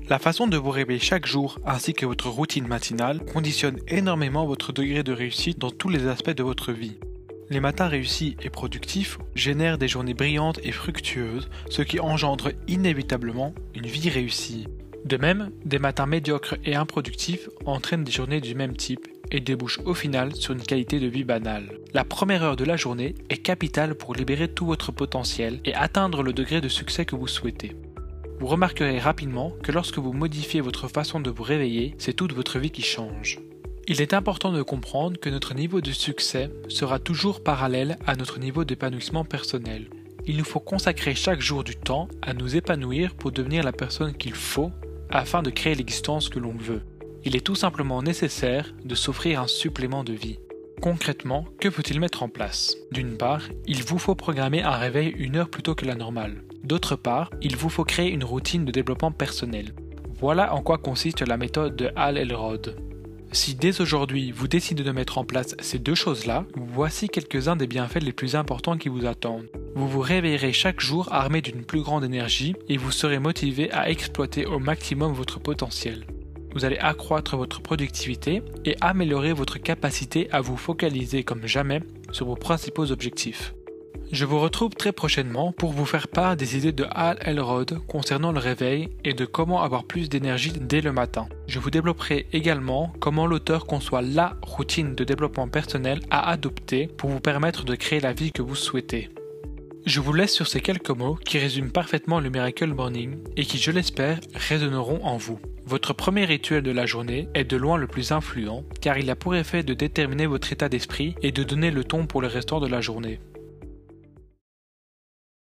La façon de vous réveiller chaque jour ainsi que votre routine matinale conditionne énormément votre degré de réussite dans tous les aspects de votre vie. Les matins réussis et productifs génèrent des journées brillantes et fructueuses, ce qui engendre inévitablement une vie réussie. De même, des matins médiocres et improductifs entraînent des journées du même type et débouchent au final sur une qualité de vie banale. La première heure de la journée est capitale pour libérer tout votre potentiel et atteindre le degré de succès que vous souhaitez. Vous remarquerez rapidement que lorsque vous modifiez votre façon de vous réveiller, c'est toute votre vie qui change. Il est important de comprendre que notre niveau de succès sera toujours parallèle à notre niveau d'épanouissement personnel. Il nous faut consacrer chaque jour du temps à nous épanouir pour devenir la personne qu'il faut afin de créer l'existence que l'on veut. Il est tout simplement nécessaire de s'offrir un supplément de vie. Concrètement, que faut-il mettre en place? D'une part, il vous faut programmer un réveil 1 heure plus tôt que la normale. D'autre part, il vous faut créer une routine de développement personnel. Voilà en quoi consiste la méthode de Hal Elrod. Si dès aujourd'hui vous décidez de mettre en place ces deux choses-là, voici quelques-uns des bienfaits les plus importants qui vous attendent. Vous vous réveillerez chaque jour armé d'une plus grande énergie et vous serez motivé à exploiter au maximum votre potentiel. Vous allez accroître votre productivité et améliorer votre capacité à vous focaliser comme jamais sur vos principaux objectifs. Je vous retrouve très prochainement pour vous faire part des idées de Hal Elrod concernant le réveil et de comment avoir plus d'énergie dès le matin. Je vous développerai également comment l'auteur conçoit la routine de développement personnel à adopter pour vous permettre de créer la vie que vous souhaitez. Je vous laisse sur ces quelques mots qui résument parfaitement le Miracle Morning et qui, je l'espère, résonneront en vous. Votre premier rituel de la journée est de loin le plus influent car il a pour effet de déterminer votre état d'esprit et de donner le ton pour le restant de la journée.